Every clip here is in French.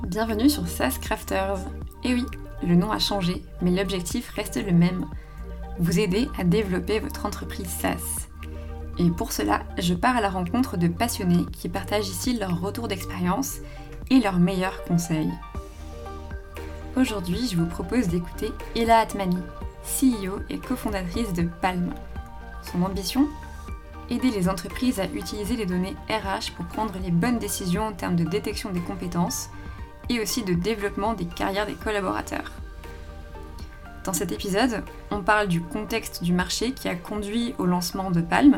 Bienvenue sur SaaS Crafters. Et oui, le nom a changé, mais l'objectif reste le même. Vous aider à développer votre entreprise SaaS. Et pour cela, je pars à la rencontre de passionnés qui partagent ici leur retour d'expérience et leurs meilleurs conseils. Aujourd'hui, je vous propose d'écouter Ela Atmani, CEO et cofondatrice de Palm. Son ambition ? Aider les entreprises à utiliser les données RH pour prendre les bonnes décisions en termes de détection des compétences et aussi de développement des carrières des collaborateurs. Dans cet épisode, on parle du contexte du marché qui a conduit au lancement de Palm.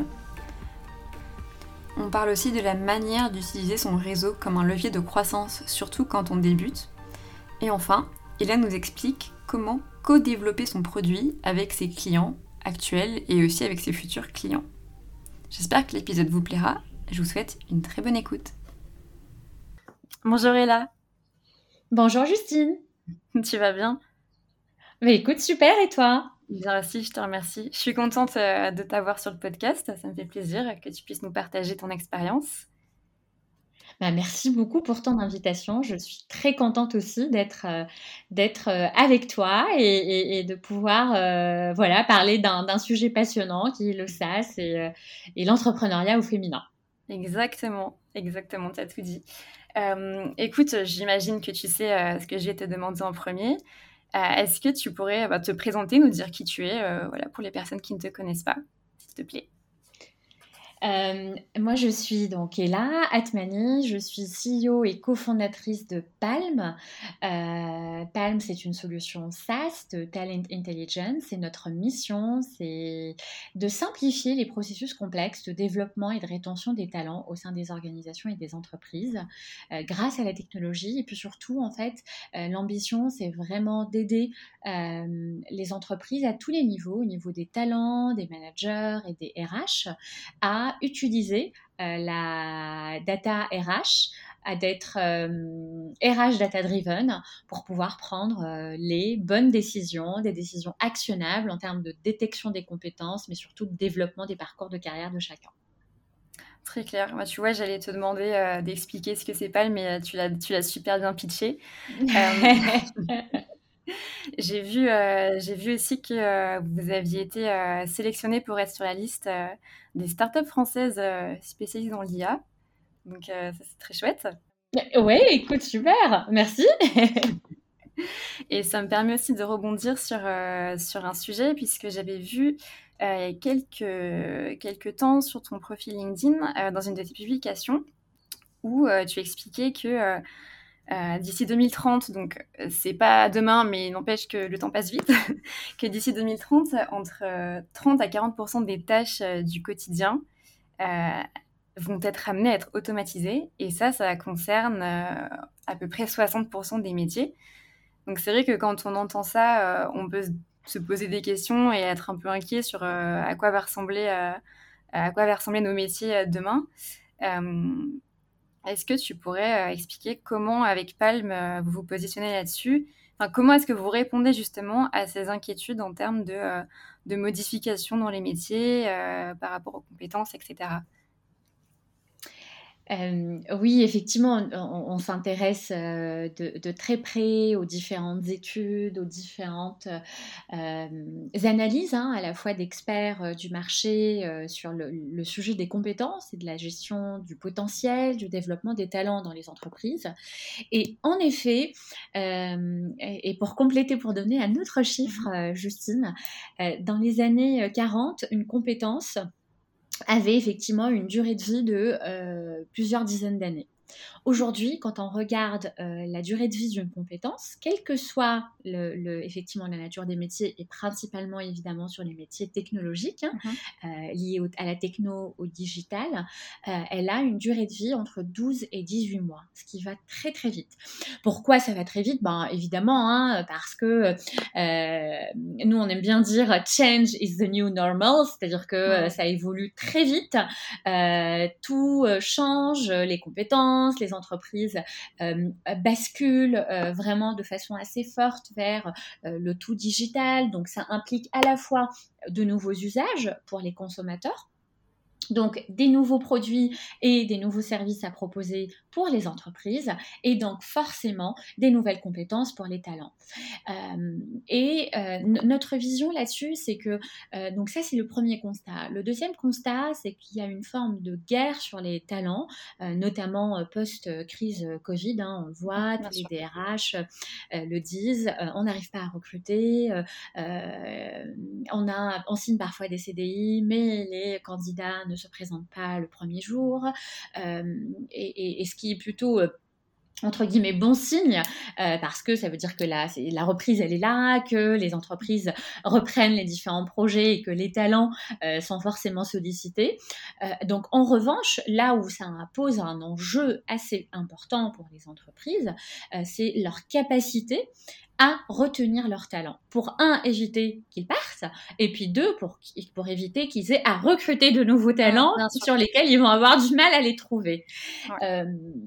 On parle aussi de la manière d'utiliser son réseau comme un levier de croissance, surtout quand on débute. Et enfin, Ela nous explique comment co-développer son produit avec ses clients actuels et aussi avec ses futurs clients. J'espère que l'épisode vous plaira. Je vous souhaite une très bonne écoute. Bonjour Ela. Bonjour Justine. Tu vas bien ? Mais écoute, super, et toi ? Bien aussi, je te remercie. Je suis contente de t'avoir sur le podcast. Ça me fait plaisir que tu puisses nous partager ton expérience. Merci beaucoup pour ton invitation. Je suis très contente aussi d'être avec toi et de pouvoir parler d'un sujet passionnant qui est le SaaS et l'entrepreneuriat au féminin. Exactement, tu as tout dit. Écoute, j'imagine que tu sais ce que je vais te demander en premier. Est-ce que tu pourrais te présenter, nous dire qui tu es, pour les personnes qui ne te connaissent pas, s'il te plaît. Moi, je suis donc Ela Atmani, je suis CEO et cofondatrice de Palm. Palm, c'est une solution SaaS de Talent Intelligence et notre mission, c'est de simplifier les processus complexes de développement et de rétention des talents au sein des organisations et des entreprises grâce à la technologie. Et puis surtout, en fait, l'ambition, c'est vraiment d'aider les entreprises à tous les niveaux, au niveau des talents, des managers et des RH, à utiliser la data RH, à d'être RH data driven pour pouvoir prendre les bonnes décisions, des décisions actionnables en termes de détection des compétences, mais surtout de développement des parcours de carrière de chacun. Très clair. Moi, tu vois, j'allais te demander d'expliquer ce que c'est Palm, mais tu l'as super bien pitché. J'ai vu aussi que vous aviez été sélectionné pour être sur la liste des startups françaises spécialisées dans l'IA. Donc, ça, c'est très chouette. Ouais, écoute, super, merci. Et ça me permet aussi de rebondir sur un sujet, puisque j'avais vu il y a quelques temps sur ton profil LinkedIn, dans une de tes publications, où tu expliquais que d'ici 2030, donc c'est pas demain, mais n'empêche que le temps passe vite, que d'ici 2030, entre 30 à 40% des tâches du quotidien vont être amenées à être automatisées. Et ça concerne à peu près 60% des métiers. Donc c'est vrai que quand on entend ça, on peut se poser des questions et être un peu inquiet sur à quoi va ressembler nos métiers demain. Est-ce que tu pourrais expliquer comment, avec Palm, vous vous positionnez là-dessus ? Enfin, comment est-ce que vous répondez justement à ces inquiétudes en termes de modifications dans les métiers par rapport aux compétences, etc. Oui, effectivement, on s'intéresse de très près aux différentes études, aux différentes analyses, à la fois d'experts du marché sur le sujet des compétences et de la gestion du potentiel, du développement des talents dans les entreprises. Et en effet, et pour compléter, pour donner un autre chiffre, Justine, dans les années 40, une compétence avait effectivement une durée de vie de plusieurs dizaines d'années. Aujourd'hui, quand on regarde la durée de vie d'une compétence, quelle que soit effectivement la nature des métiers, et principalement évidemment sur les métiers technologiques, liés à la techno, au digital, elle a une durée de vie entre 12 et 18 mois, ce qui va très très vite. Pourquoi ça va très vite ? Évidemment, parce que nous on aime bien dire « change is the new normal », c'est-à-dire que ça évolue très vite, tout change, les compétences, les entreprises basculent vraiment de façon assez forte vers le tout digital. Donc, ça implique à la fois de nouveaux usages pour les consommateurs, Donc, des nouveaux produits et des nouveaux services à proposer pour les entreprises et donc forcément des nouvelles compétences pour les talents. Notre vision là-dessus, c'est que, donc ça c'est le premier constat. Le deuxième constat, c'est qu'il y a une forme de guerre sur les talents, notamment post-crise Covid, hein, on le voit, Bien tous les sûr. DRH le disent, on n'arrive pas à recruter, on signe parfois des CDI, mais les candidats ne se présentent pas le premier jour, et ce qui est plutôt entre guillemets bon signe, parce que ça veut dire que la reprise elle est là, que les entreprises reprennent les différents projets et que les talents sont forcément sollicités. Donc en revanche, là où ça pose un enjeu assez important pour les entreprises, c'est leur capacité à retenir leurs talents. Pour un, éviter qu'ils partent, et puis deux, pour éviter qu'ils aient à recruter de nouveaux talents Bien sûr. sur lesquels ils vont avoir du mal à les trouver. Ouais. Euh,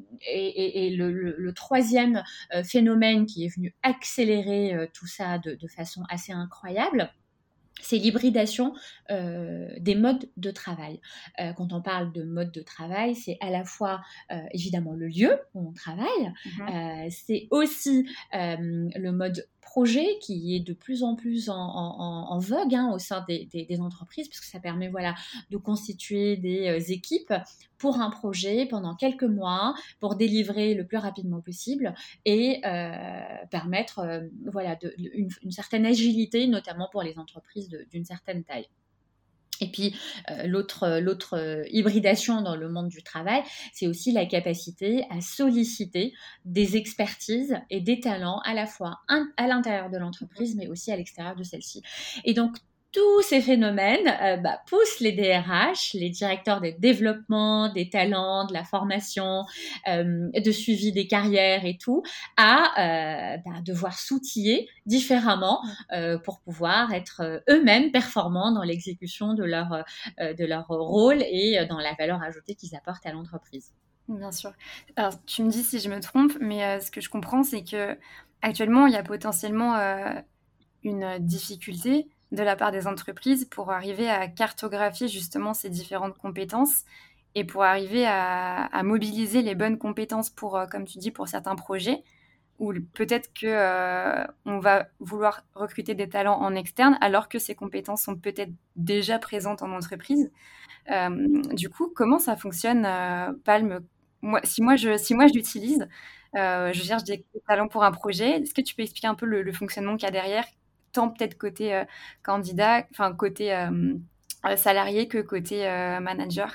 le troisième phénomène qui est venu accélérer tout ça de façon assez incroyable, c'est l'hybridation des modes de travail. Quand on parle de mode de travail, c'est à la fois évidemment le lieu où on travaille, c'est aussi le mode projet qui est de plus en plus en vogue au sein des entreprises, parce que ça permet de constituer des équipes pour un projet pendant quelques mois, pour délivrer le plus rapidement possible et permettre une certaine agilité, notamment pour les entreprises d'une certaine taille. Et puis, l'autre hybridation dans le monde du travail, c'est aussi la capacité à solliciter des expertises et des talents à la fois à l'intérieur de l'entreprise, mais aussi à l'extérieur de celle-ci. Et donc, tous ces phénomènes poussent les DRH, les directeurs des développements, des talents, de la formation, de suivi des carrières et tout, à devoir s'outiller différemment pour pouvoir être eux-mêmes performants dans l'exécution de leur rôle et dans la valeur ajoutée qu'ils apportent à l'entreprise. Bien sûr. Alors, tu me dis si je me trompe, mais ce que je comprends, c'est que actuellement, il y a potentiellement une difficulté de la part des entreprises pour arriver à cartographier justement ces différentes compétences et pour arriver à mobiliser les bonnes compétences pour, comme tu dis, pour certains projets, ou peut-être que on va vouloir recruter des talents en externe alors que ces compétences sont peut-être déjà présentes en entreprise. Du coup, comment ça fonctionne, Palm? Si moi je l'utilise, je cherche des talents pour un projet. Est-ce que tu peux expliquer un peu le fonctionnement qu'il y a derrière, tant peut-être côté candidat, enfin côté salarié que côté manager?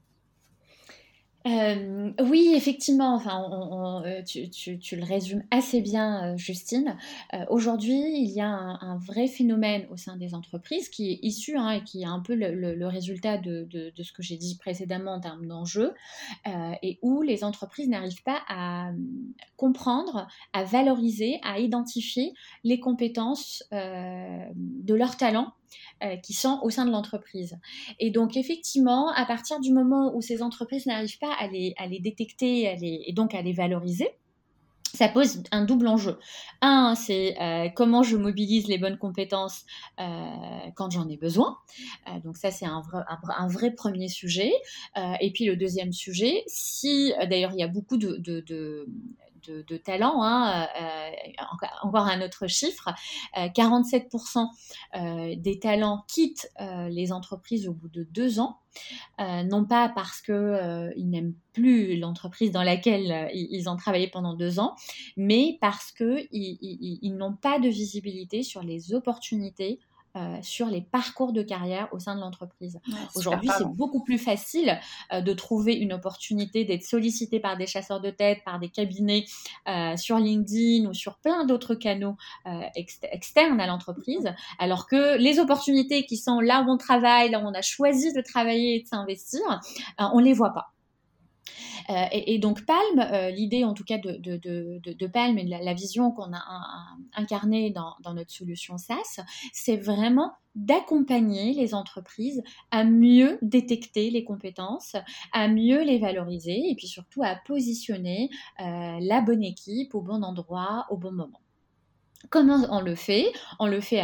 Oui, effectivement, enfin, tu le résumes assez bien, Justine. Aujourd'hui, il y a un vrai phénomène au sein des entreprises qui est issu et qui est un peu le résultat de ce que j'ai dit précédemment en termes d'enjeux, et où les entreprises n'arrivent pas à comprendre, à valoriser, à identifier les compétences de leurs talents qui sont au sein de l'entreprise. Et donc, effectivement, à partir du moment où ces entreprises n'arrivent pas à les détecter et donc à les valoriser, ça pose un double enjeu. Un, c'est comment je mobilise les bonnes compétences quand j'en ai besoin. Donc ça, c'est un vrai premier sujet. Et puis le deuxième sujet, si d'ailleurs il y a beaucoup de talents, encore un autre chiffre, 47% des talents quittent les entreprises au bout de 2 ans. Non pas parce qu'ils n'aiment plus l'entreprise dans laquelle ils ont travaillé pendant 2 ans, mais parce qu'ils n'ont pas de visibilité sur les opportunités, sur les parcours de carrière au sein de l'entreprise. Ouais, c'est super Aujourd'hui, c'est parlant. beaucoup plus facile de trouver une opportunité, d'être sollicité par des chasseurs de tête, par des cabinets sur LinkedIn ou sur plein d'autres canaux externes à l'entreprise, alors que les opportunités qui sont là où on travaille, là où on a choisi de travailler et de s'investir, on les voit pas. Et donc Palm, l'idée en tout cas de Palm et de la vision qu'on a incarnée dans notre solution SaaS, c'est vraiment d'accompagner les entreprises à mieux détecter les compétences, à mieux les valoriser et puis surtout à positionner la bonne équipe au bon endroit, au bon moment. Comment on le fait? On le fait à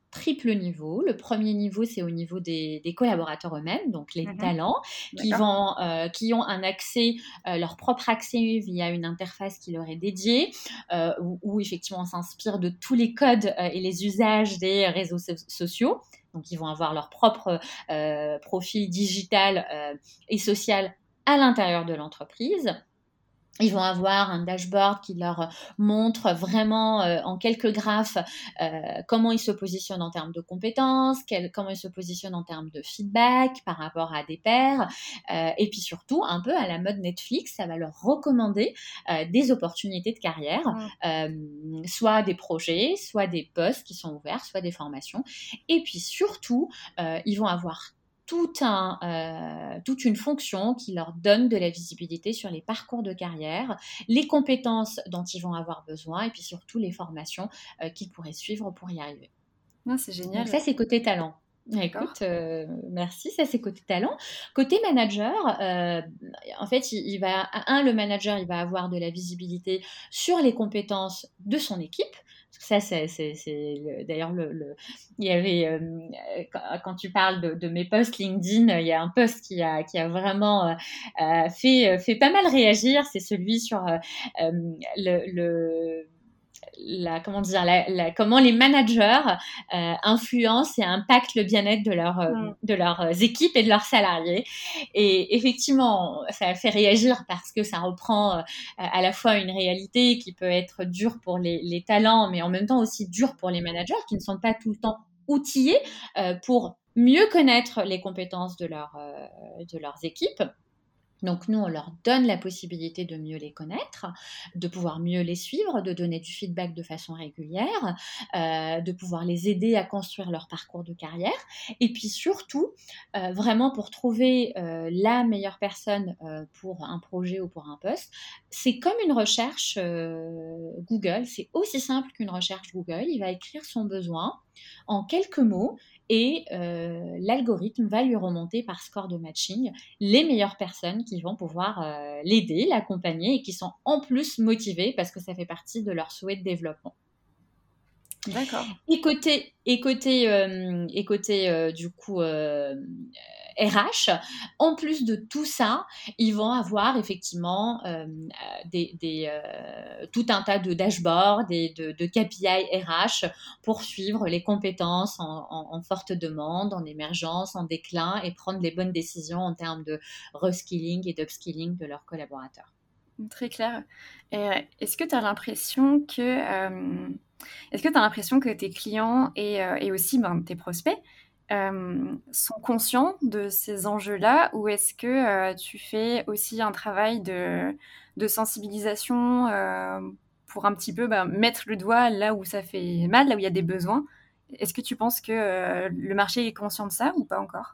triple niveau. Le premier niveau, c'est au niveau des collaborateurs eux-mêmes, donc les talents, qui ont un accès, leur propre accès via une interface qui leur est dédiée, où effectivement on s'inspire de tous les codes et les usages des réseaux sociaux. Donc ils vont avoir leur propre profil digital et social à l'intérieur de l'entreprise. Ils vont avoir un dashboard qui leur montre vraiment en quelques graphes comment ils se positionnent en termes de compétences, comment ils se positionnent en termes de feedback par rapport à des pairs. Et puis surtout, un peu à la mode Netflix, ça va leur recommander des opportunités de carrière, soit des projets, soit des postes qui sont ouverts, soit des formations. Et puis surtout, ils vont avoir toute une fonction qui leur donne de la visibilité sur les parcours de carrière, les compétences dont ils vont avoir besoin et puis surtout les formations qu'ils pourraient suivre pour y arriver. C'est génial. Donc ça, c'est côté talent. Écoute, merci, ça c'est côté talent. Côté manager, en fait, le manager, il va avoir de la visibilité sur les compétences de son équipe. Ça, c'est d'ailleurs il y avait quand tu parles de mes posts LinkedIn, il y a un post qui a vraiment fait pas mal réagir. C'est celui sur comment les managers influencent et impactent le bien-être de leurs équipes et de leurs salariés. Et effectivement, ça a fait réagir parce que ça reprend à la fois une réalité qui peut être dure pour les talents, mais en même temps aussi dure pour les managers qui ne sont pas tout le temps outillés pour mieux connaître les compétences de leurs équipes. Donc nous, on leur donne la possibilité de mieux les connaître, de pouvoir mieux les suivre, de donner du feedback de façon régulière, de pouvoir les aider à construire leur parcours de carrière. Et puis surtout, vraiment pour trouver la meilleure personne pour un projet ou pour un poste, c'est comme une recherche Google, c'est aussi simple qu'une recherche Google. Il va écrire son besoin en quelques mots et l'algorithme va lui remonter par score de matching les meilleures personnes qui vont pouvoir l'aider, l'accompagner et qui sont en plus motivées parce que ça fait partie de leur souhait de développement. D'accord. Et côté du coup RH, en plus de tout ça, ils vont avoir effectivement tout un tas de dashboards et de KPI RH pour suivre les compétences en forte demande, en émergence, en déclin et prendre les bonnes décisions en termes de reskilling et d'upskilling de leurs collaborateurs. Très clair. Et est-ce que tu as l'impression que tes clients et aussi tes prospects sont conscients de ces enjeux-là, ou est-ce que tu fais aussi un travail de sensibilisation pour un petit peu mettre le doigt là où ça fait mal, là où il y a des besoins? Est-ce que tu penses que le marché est conscient de ça ou pas encore?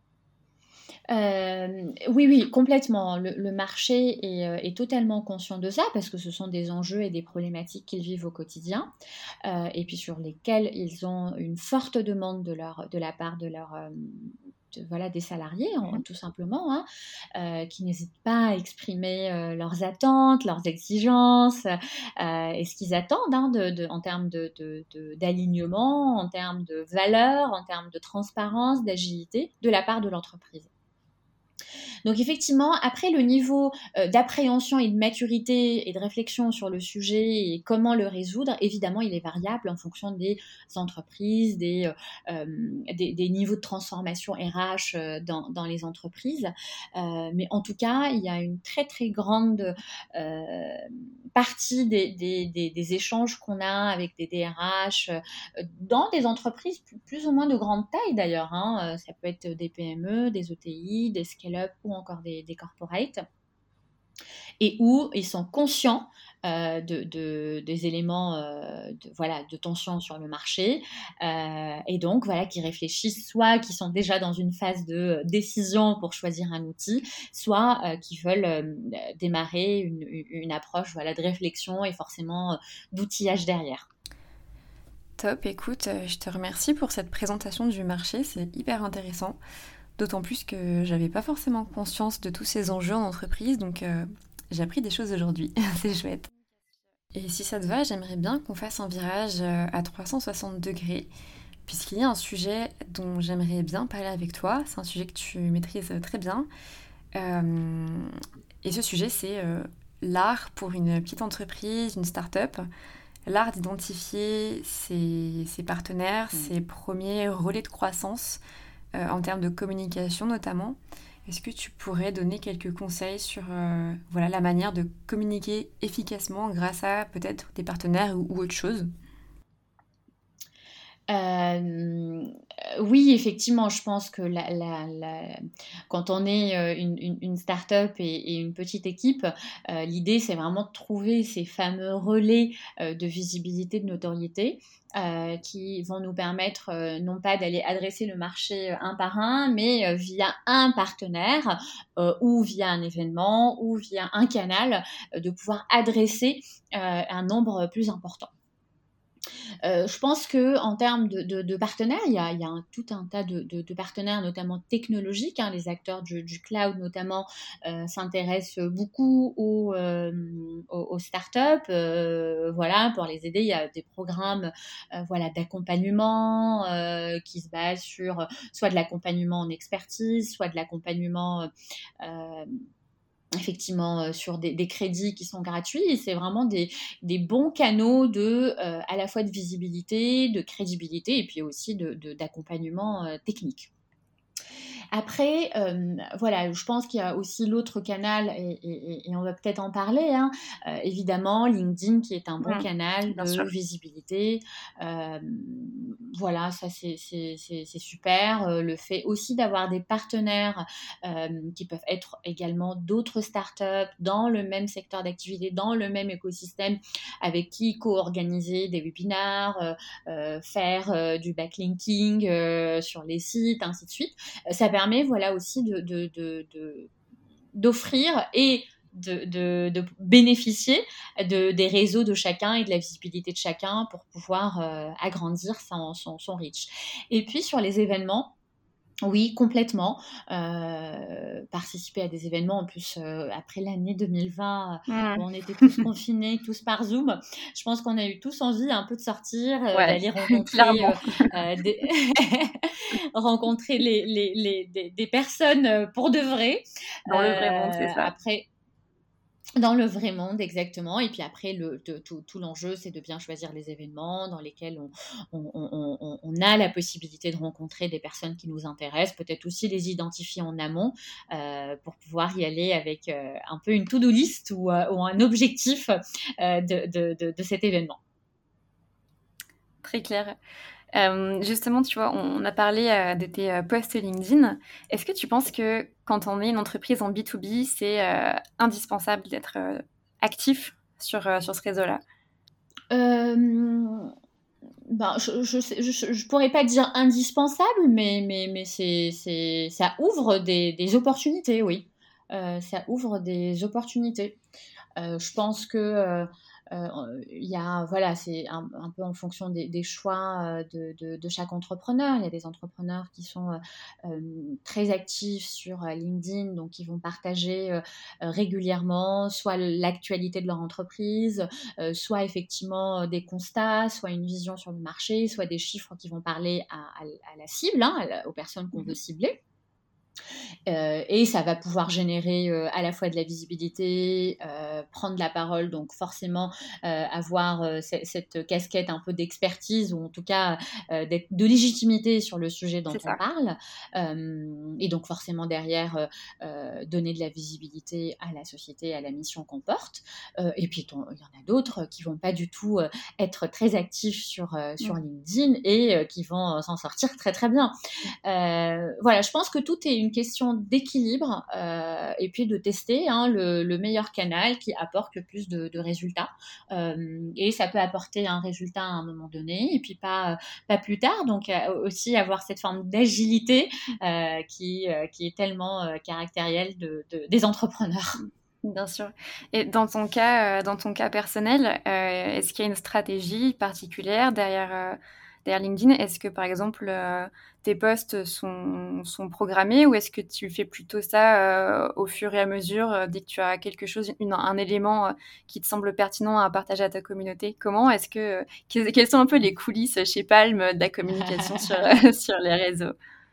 Oui, complètement. Le marché est totalement conscient de ça parce que ce sont des enjeux et des problématiques qu'ils vivent au quotidien et puis sur lesquels ils ont une forte demande de la part des salariés, tout simplement, qui n'hésitent pas à exprimer leurs attentes, leurs exigences et ce qu'ils attendent en termes d'alignement, en termes de valeur, en termes de transparence, d'agilité de la part de l'entreprise. Donc effectivement, après le niveau d'appréhension et de maturité et de réflexion sur le sujet et comment le résoudre, évidemment, il est variable en fonction des entreprises, des niveaux de transformation RH dans les entreprises. Mais en tout cas, il y a une très très grande partie des échanges qu'on a avec des DRH dans des entreprises plus ou moins de grande taille d'ailleurs. Ça peut être des PME, des ETI, des scale-up ou encore des corporates, et où ils sont conscients des éléments de tension sur le marché et donc qui réfléchissent, soit qui sont déjà dans une phase de décision pour choisir un outil, soit qui veulent démarrer une approche de réflexion et forcément d'outillage derrière. Top, écoute, je te remercie pour cette présentation du marché, c'est hyper intéressant. D'autant plus que j'avais pas forcément conscience de tous ces enjeux en entreprise, donc j'ai appris des choses aujourd'hui. C'est chouette. Et si ça te va, j'aimerais bien qu'on fasse un virage à 360 degrés puisqu'il y a un sujet dont j'aimerais bien parler avec toi. C'est un sujet que tu maîtrises très bien. Euh, et ce sujet, c'est l'art pour une petite entreprise, une start-up. L'art d'identifier ses partenaires, ses premiers relais de croissance en termes de communication notamment. Est-ce que tu pourrais donner quelques conseils sur voilà, la manière de communiquer efficacement grâce à peut-être des partenaires ou autre chose? Euh, oui, effectivement, je pense que quand on est une start-up et une petite équipe, l'idée, c'est vraiment de trouver ces fameux relais de visibilité, de notoriété. Qui vont nous permettre non pas d'aller adresser le marché un par un, mais via un partenaire ou via un événement ou via un canal, de pouvoir adresser un nombre plus important. Je pense que en termes de partenaires, il y a tout un tas de partenaires, notamment technologiques. Hein, les acteurs du cloud, notamment, s'intéressent beaucoup aux startups. Voilà, pour les aider, il y a des programmes voilà, d'accompagnement qui se basent sur soit de l'accompagnement en expertise, soit de l'accompagnement effectivement sur des crédits qui sont gratuits et c'est vraiment des bons canaux à la fois de visibilité, de crédibilité et puis aussi d'accompagnement technique. Après, voilà, je pense qu'il y a aussi l'autre canal, et on va peut-être en parler, hein, évidemment, LinkedIn qui est un bon Mm, canal bien de sûr. visibilité. Euh, voilà, ça c'est super. Le fait aussi d'avoir des partenaires qui peuvent être également d'autres startups dans le même secteur d'activité, dans le même écosystème, avec qui co-organiser des webinars, faire du backlinking sur les sites, ainsi de suite. Ça permet voilà aussi d'offrir et de bénéficier des réseaux de chacun et de la visibilité de chacun pour pouvoir agrandir son reach. Et puis sur les événements, oui, complètement. Participer à des événements, en plus, après l'année 2020, où Mm, on était tous confinés, tous par Zoom, je pense qu'on a eu tous envie un peu de sortir, ouais, d'aller rencontrer, clairement. des... rencontrer des personnes pour de vrai. Dans le vrai monde, c'est ça. Après, dans le vrai monde, exactement. Et puis après, tout l'enjeu, c'est de bien choisir les événements dans lesquels on a la possibilité de rencontrer des personnes qui nous intéressent, peut-être aussi les identifier en amont pour pouvoir y aller avec un peu une to-do list ou un objectif de cet événement. Très clair. Justement, tu vois, on a parlé de tes posts LinkedIn. Est-ce que tu penses que quand on est une entreprise en B2B, c'est indispensable d'être actif sur ce réseau-là? Euh, Ben, je pourrais pas dire indispensable, mais ça ouvre des opportunités, oui. Ça ouvre des opportunités. Je pense que il y a, voilà, c'est un peu en fonction des choix de chaque entrepreneur. Il y a des entrepreneurs qui sont très actifs sur LinkedIn, donc qui vont partager régulièrement soit l'actualité de leur entreprise, soit effectivement des constats, soit une vision sur le marché, soit des chiffres qui vont parler à la cible, hein, aux personnes qu'on veut Mhm. cibler. Et ça va pouvoir générer à la fois de la visibilité, prendre la parole, donc forcément avoir cette casquette un peu d'expertise ou en tout cas de légitimité sur le sujet dont C'est on ça. parle. Et donc forcément derrière donner de la visibilité à la société, à la mission qu'on porte. Et puis il y en a d'autres qui vont pas du tout être très actifs sur Mm. LinkedIn et qui vont s'en sortir très très bien. Voilà, je pense que tout est une question d'équilibre et puis de tester hein, le meilleur canal qui apporte le plus de résultats. Et ça peut apporter un résultat à un moment donné et puis pas plus tard. Donc aussi avoir cette forme d'agilité qui est tellement caractérielle des entrepreneurs. Bien sûr. Et dans ton cas personnel, est-ce qu'il y a une stratégie particulière derrière derrière LinkedIn. Est-ce que, par exemple, tes posts sont programmés ou est-ce que tu fais plutôt ça au fur et à mesure dès que tu as quelque chose, un élément qui te semble pertinent à partager à ta communauté? Comment est-ce que, quelles sont un peu les coulisses chez Palm de la communication sur, sur les réseaux?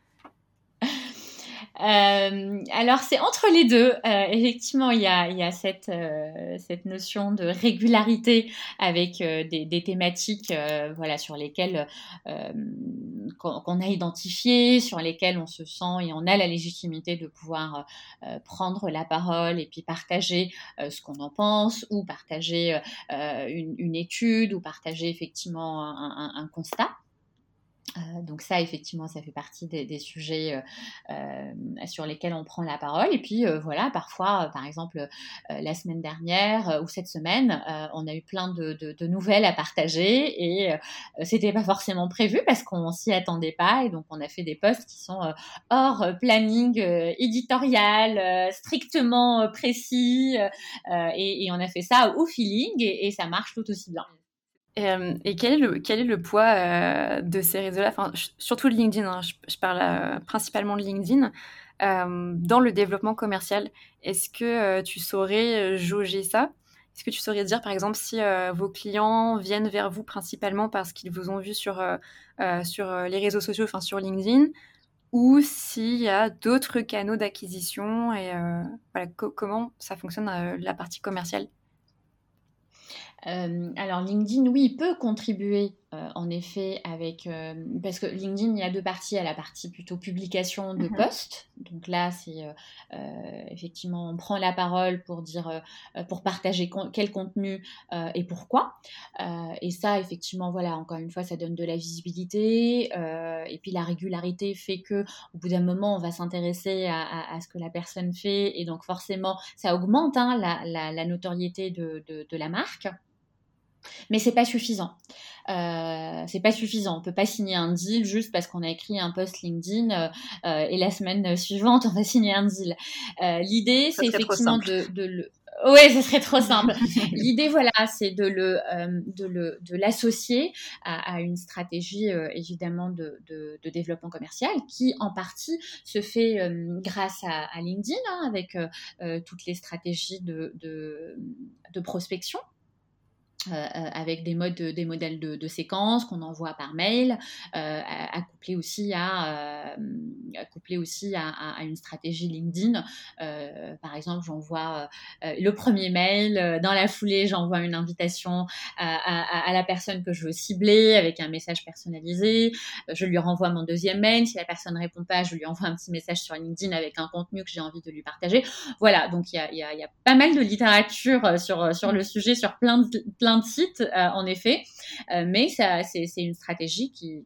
Alors c'est entre les deux. Effectivement, il y a cette notion de régularité avec des thématiques, voilà, sur lesquelles qu'on a identifiées, sur lesquelles on se sent et on a la légitimité de pouvoir prendre la parole et puis partager ce qu'on en pense ou partager une étude ou partager effectivement un constat. Donc ça, effectivement, ça fait partie des sujets sur lesquels on prend la parole. Et puis voilà, parfois, par exemple, la semaine dernière ou cette semaine, on a eu plein de nouvelles à partager et c'était pas forcément prévu parce qu'on s'y attendait pas. Et donc on a fait des posts qui sont hors planning éditorial, strictement précis, et on a fait ça au feeling et ça marche tout aussi bien. Et quel est le poids de ces réseaux-là, enfin, surtout LinkedIn, hein, je parle principalement de LinkedIn, dans le développement commercial? Est-ce que tu saurais jauger ça? Est-ce que tu saurais dire, par exemple, si vos clients viennent vers vous principalement parce qu'ils vous ont vu sur les réseaux sociaux, enfin sur LinkedIn, ou s'il y a d'autres canaux d'acquisition et voilà, comment ça fonctionne la partie commerciale? Alors LinkedIn, oui, il peut contribuer en effet avec parce que LinkedIn, il y a deux parties. Il y a la partie plutôt publication de Mhm. posts. Donc là, c'est effectivement, on prend la parole pour dire, pour partager quel contenu et pourquoi. Et ça, effectivement, voilà, encore une fois, ça donne de la visibilité. Et puis la régularité fait que, au bout d'un moment, on va s'intéresser à ce que la personne fait, et donc forcément, ça augmente hein, la notoriété de la marque. Mais c'est pas suffisant. C'est pas suffisant. On peut pas signer un deal juste parce qu'on a écrit un post LinkedIn et la semaine suivante on va signer un deal. L'idée Ça c'est serait trop effectivement simple. de le ouais, ce serait trop simple. L'idée, voilà, c'est de l'associer à une stratégie évidemment de développement commercial qui en partie se fait grâce à LinkedIn hein, avec toutes les stratégies de prospection avec des modèles de séquences qu'on envoie par mail, accouplés aussi accouplé aussi à une stratégie LinkedIn. Par exemple, j'envoie le premier mail, dans la foulée, j'envoie une invitation à la personne que je veux cibler avec un message personnalisé. Je lui renvoie mon deuxième mail. Si la personne ne répond pas, je lui envoie un petit message sur LinkedIn avec un contenu que j'ai envie de lui partager. Voilà, donc il y a pas mal de littérature sur le sujet, sur plein de sites, en effet. Mais c'est une stratégie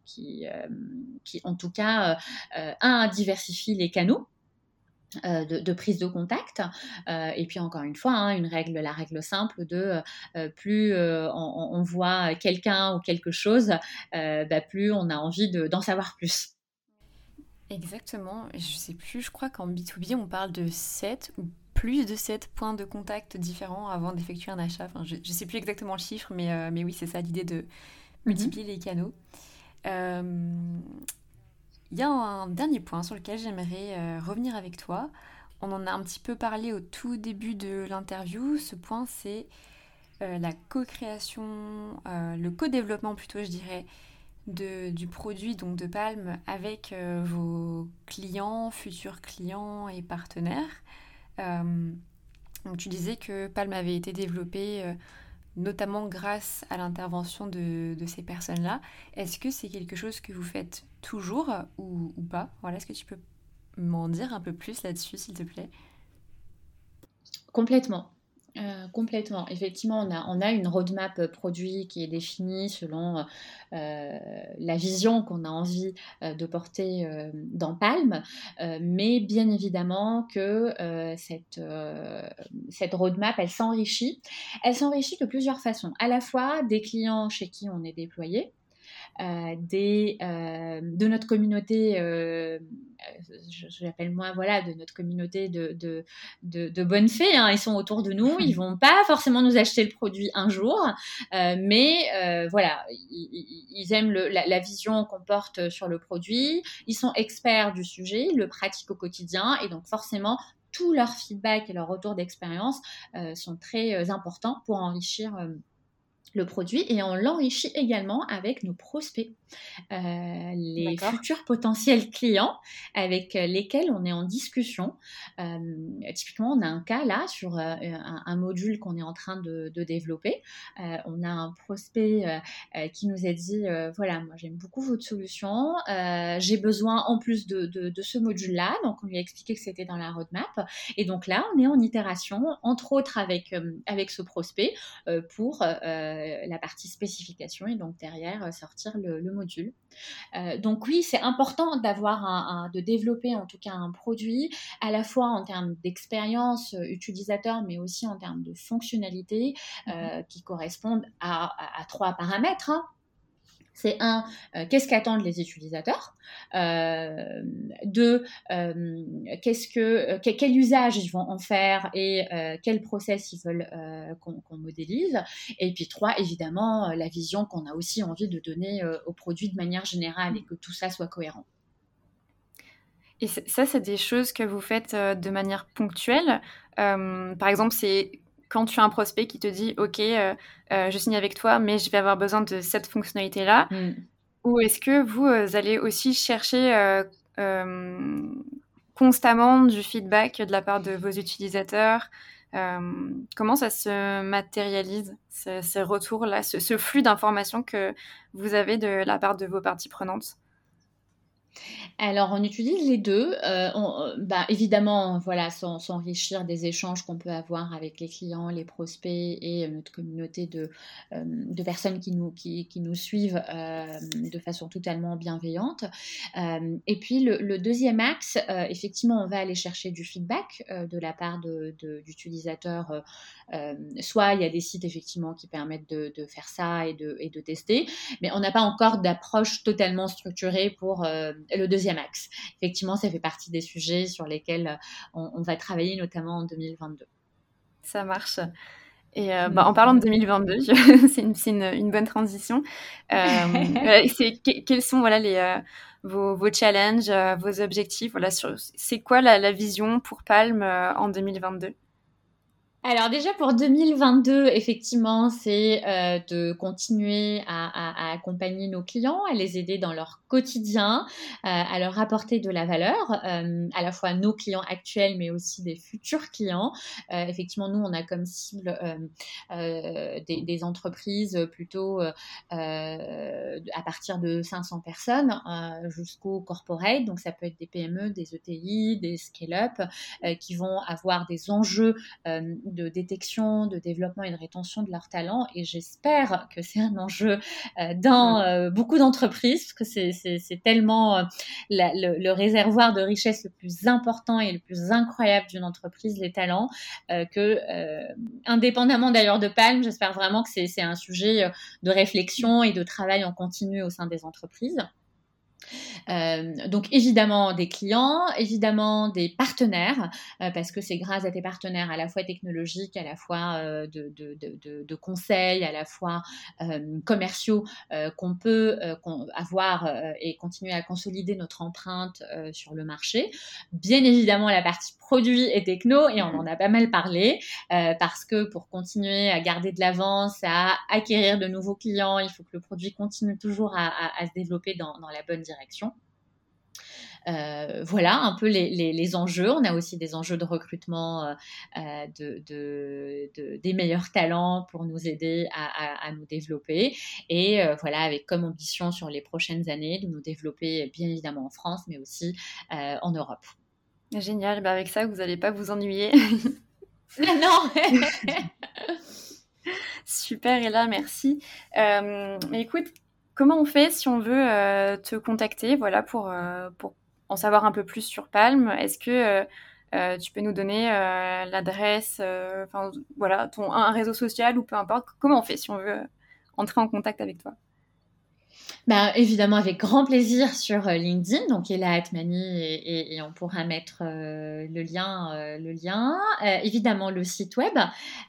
qui en tout cas, diversifie les canaux. De prise de contact et puis encore une fois hein, la règle simple de plus on voit quelqu'un ou quelque chose plus on a envie d'en savoir plus. Exactement. Je sais plus, je crois qu'en B2B, on parle de 7 ou plus de 7 points de contact différents avant d'effectuer un achat. Enfin, je sais plus exactement le chiffre, mais oui, c'est ça l'idée de Mm-hmm. multiplier les canaux. Euh, Il y a un dernier point sur lequel j'aimerais revenir avec toi. On en a un petit peu parlé au tout début de l'interview. Ce point, c'est la co-création, le co-développement plutôt, je dirais, du produit, donc de Palm, avec vos clients, futurs clients et partenaires. Euh, donc tu disais que Palm avait été développé notamment grâce à l'intervention de ces personnes-là. Est-ce que c'est quelque chose que vous faites toujours ou pas? Voilà, est-ce que tu peux m'en dire un peu plus là-dessus, s'il te plaît? Complètement. Complètement. Effectivement, on a une roadmap produit qui est définie selon la vision qu'on a envie de porter dans Palm, mais bien évidemment que cette roadmap, elle s'enrichit. Elle s'enrichit de plusieurs façons. À la fois des clients chez qui on est déployé, de notre communauté, je l'appelle moi, voilà, de notre communauté de bonnes fées, hein. Ils sont autour de nous, ils vont pas forcément nous acheter le produit un jour, mais voilà, ils aiment la vision qu'on porte sur le produit, ils sont experts du sujet, ils le pratiquent au quotidien, et donc forcément, tous leurs feedbacks et leurs retours d'expérience sont très importants pour enrichir le produit, et on l'enrichit également avec nos prospects, les D'accord. futurs potentiels clients avec lesquels on est en discussion. Typiquement, on a un cas là sur un module qu'on est en train de développer. On a un prospect qui nous a dit, voilà, moi j'aime beaucoup votre solution, j'ai besoin en plus de ce module-là. Donc on lui a expliqué que c'était dans la roadmap. Et donc là, on est en itération, entre autres avec ce prospect, pour la partie spécification, et donc derrière sortir le module. Donc oui, c'est important de développer en tout cas un produit à la fois en termes d'expérience utilisateur, mais aussi en termes de fonctionnalité qui correspondent à trois paramètres, hein. C'est un, qu'est-ce qu'attendent les utilisateurs? Deux, quel usage ils vont en faire, et quel process ils veulent qu'on modélise. Et puis trois, évidemment, la vision qu'on a aussi envie de donner au produit de manière générale, et que tout ça soit cohérent. Et ça, c'est des choses que vous faites de manière ponctuelle. Par exemple, c'est quand tu as un prospect qui te dit « Ok, je signe avec toi, mais je vais avoir besoin de cette fonctionnalité-là ». Ou est-ce que vous allez aussi chercher constamment du feedback de la part de vos utilisateurs? Comment ça se matérialise, ces retours-là, ce flux d'informations que vous avez de la part de vos parties prenantes? Alors, on utilise les deux. Évidemment, voilà, s'enrichir des échanges qu'on peut avoir avec les clients, les prospects et notre communauté de personnes qui nous suivent de façon totalement bienveillante. Et puis, le deuxième axe, effectivement, on va aller chercher du feedback de la part d'utilisateurs. Soit il y a des sites effectivement qui permettent de faire ça et de tester, mais on n'a pas encore d'approche totalement structurée pour le deuxième axe. Effectivement, ça fait partie des sujets sur lesquels on va travailler, notamment en 2022. Ça marche. Et en parlant de 2022, c'est une bonne transition. Quels sont voilà, vos challenges, vos objectifs, voilà, c'est quoi la vision pour Palm en 2022? Alors déjà pour 2022, effectivement, c'est de continuer à accompagner nos clients, à les aider dans leur quotidien, à leur apporter de la valeur, à la fois nos clients actuels, mais aussi des futurs clients. Effectivement, nous, on a comme cible des entreprises plutôt à partir de 500 personnes jusqu'au corporate. Donc ça peut être des PME, des ETI, des scale-up qui vont avoir des enjeux de détection, de développement et de rétention de leurs talents. Et j'espère que c'est un enjeu dans beaucoup d'entreprises, parce que c'est tellement le réservoir de richesse le plus important et le plus incroyable d'une entreprise, les talents, que indépendamment d'ailleurs de Palm, j'espère vraiment que c'est un sujet de réflexion et de travail en continu au sein des entreprises. Donc évidemment des clients, évidemment des partenaires, parce que c'est grâce à tes partenaires à la fois technologiques, à la fois de conseils, à la fois commerciaux qu'on peut avoir et continuer à consolider notre empreinte sur le marché. Bien évidemment la partie produit et techno, et on en a pas mal parlé, parce que pour continuer à garder de l'avance, à acquérir de nouveaux clients, il faut que le produit continue toujours à se développer dans la bonne direction. Voilà un peu les enjeux. On a aussi des enjeux de recrutement des meilleurs talents pour nous aider à nous développer. Et voilà, avec comme ambition sur les prochaines années de nous développer bien évidemment en France, mais aussi en Europe. Génial, avec ça, vous n'allez pas vous ennuyer. Non. Super, Ella, merci. Écoute, comment on fait si on veut te contacter, voilà, pour en savoir un peu plus sur Palm? Est-ce que tu peux nous donner l'adresse, voilà, un réseau social ou peu importe? Comment on fait si on veut entrer en contact avec toi? Ben, évidemment, avec grand plaisir sur LinkedIn, donc Ella Atmani, et on pourra mettre le lien. Évidemment, le site web,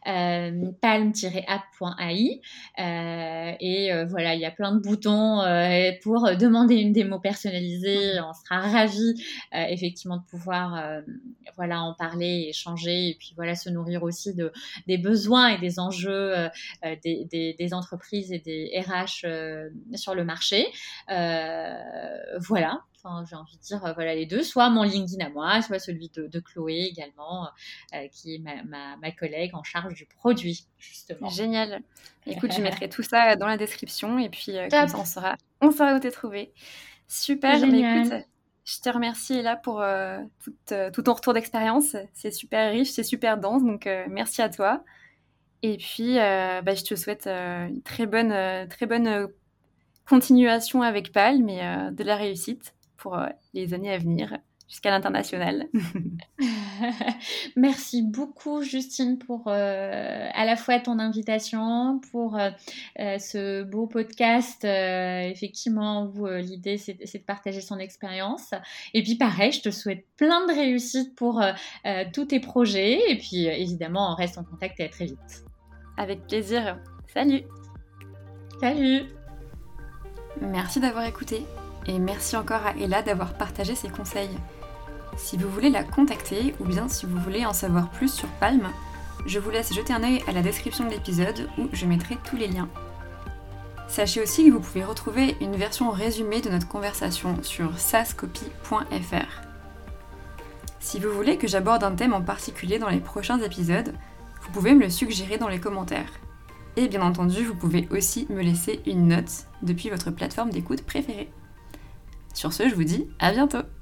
palm-app.ai. Voilà, il y a plein de boutons pour demander une démo personnalisée. On sera ravis, effectivement, de pouvoir en parler, échanger, et puis voilà, se nourrir aussi des besoins et des enjeux des entreprises et des RH sur le marché. Voilà, enfin, j'ai envie de dire, voilà les deux, soit mon LinkedIn à moi, soit celui de Chloé également, qui est ma collègue en charge du produit, justement. Génial. Écoute, je mettrai tout ça dans la description et puis comme Top. ça, on saura où t'es trouvé. Super. Mais écoute, je te remercie Ella pour tout ton retour d'expérience. C'est super riche, c'est super dense, donc merci à toi. Et puis, je te souhaite une très bonne continuation avec Palm et de la réussite pour les années à venir jusqu'à l'international. Merci beaucoup Justine pour à la fois ton invitation, pour ce beau podcast, effectivement où l'idée c'est de partager son expérience. Et puis pareil, je te souhaite plein de réussite pour tous tes projets, et puis évidemment on reste en contact et à très vite. Avec plaisir. Salut. Salut. Merci d'avoir écouté et merci encore à Ella d'avoir partagé ses conseils. Si vous voulez la contacter ou bien si vous voulez en savoir plus sur Palm, je vous laisse jeter un œil à la description de l'épisode où je mettrai tous les liens. Sachez aussi que vous pouvez retrouver une version résumée de notre conversation sur sascopy.fr. Si vous voulez que j'aborde un thème en particulier dans les prochains épisodes, vous pouvez me le suggérer dans les commentaires. Et bien entendu, vous pouvez aussi me laisser une note depuis votre plateforme d'écoute préférée. Sur ce, je vous dis à bientôt!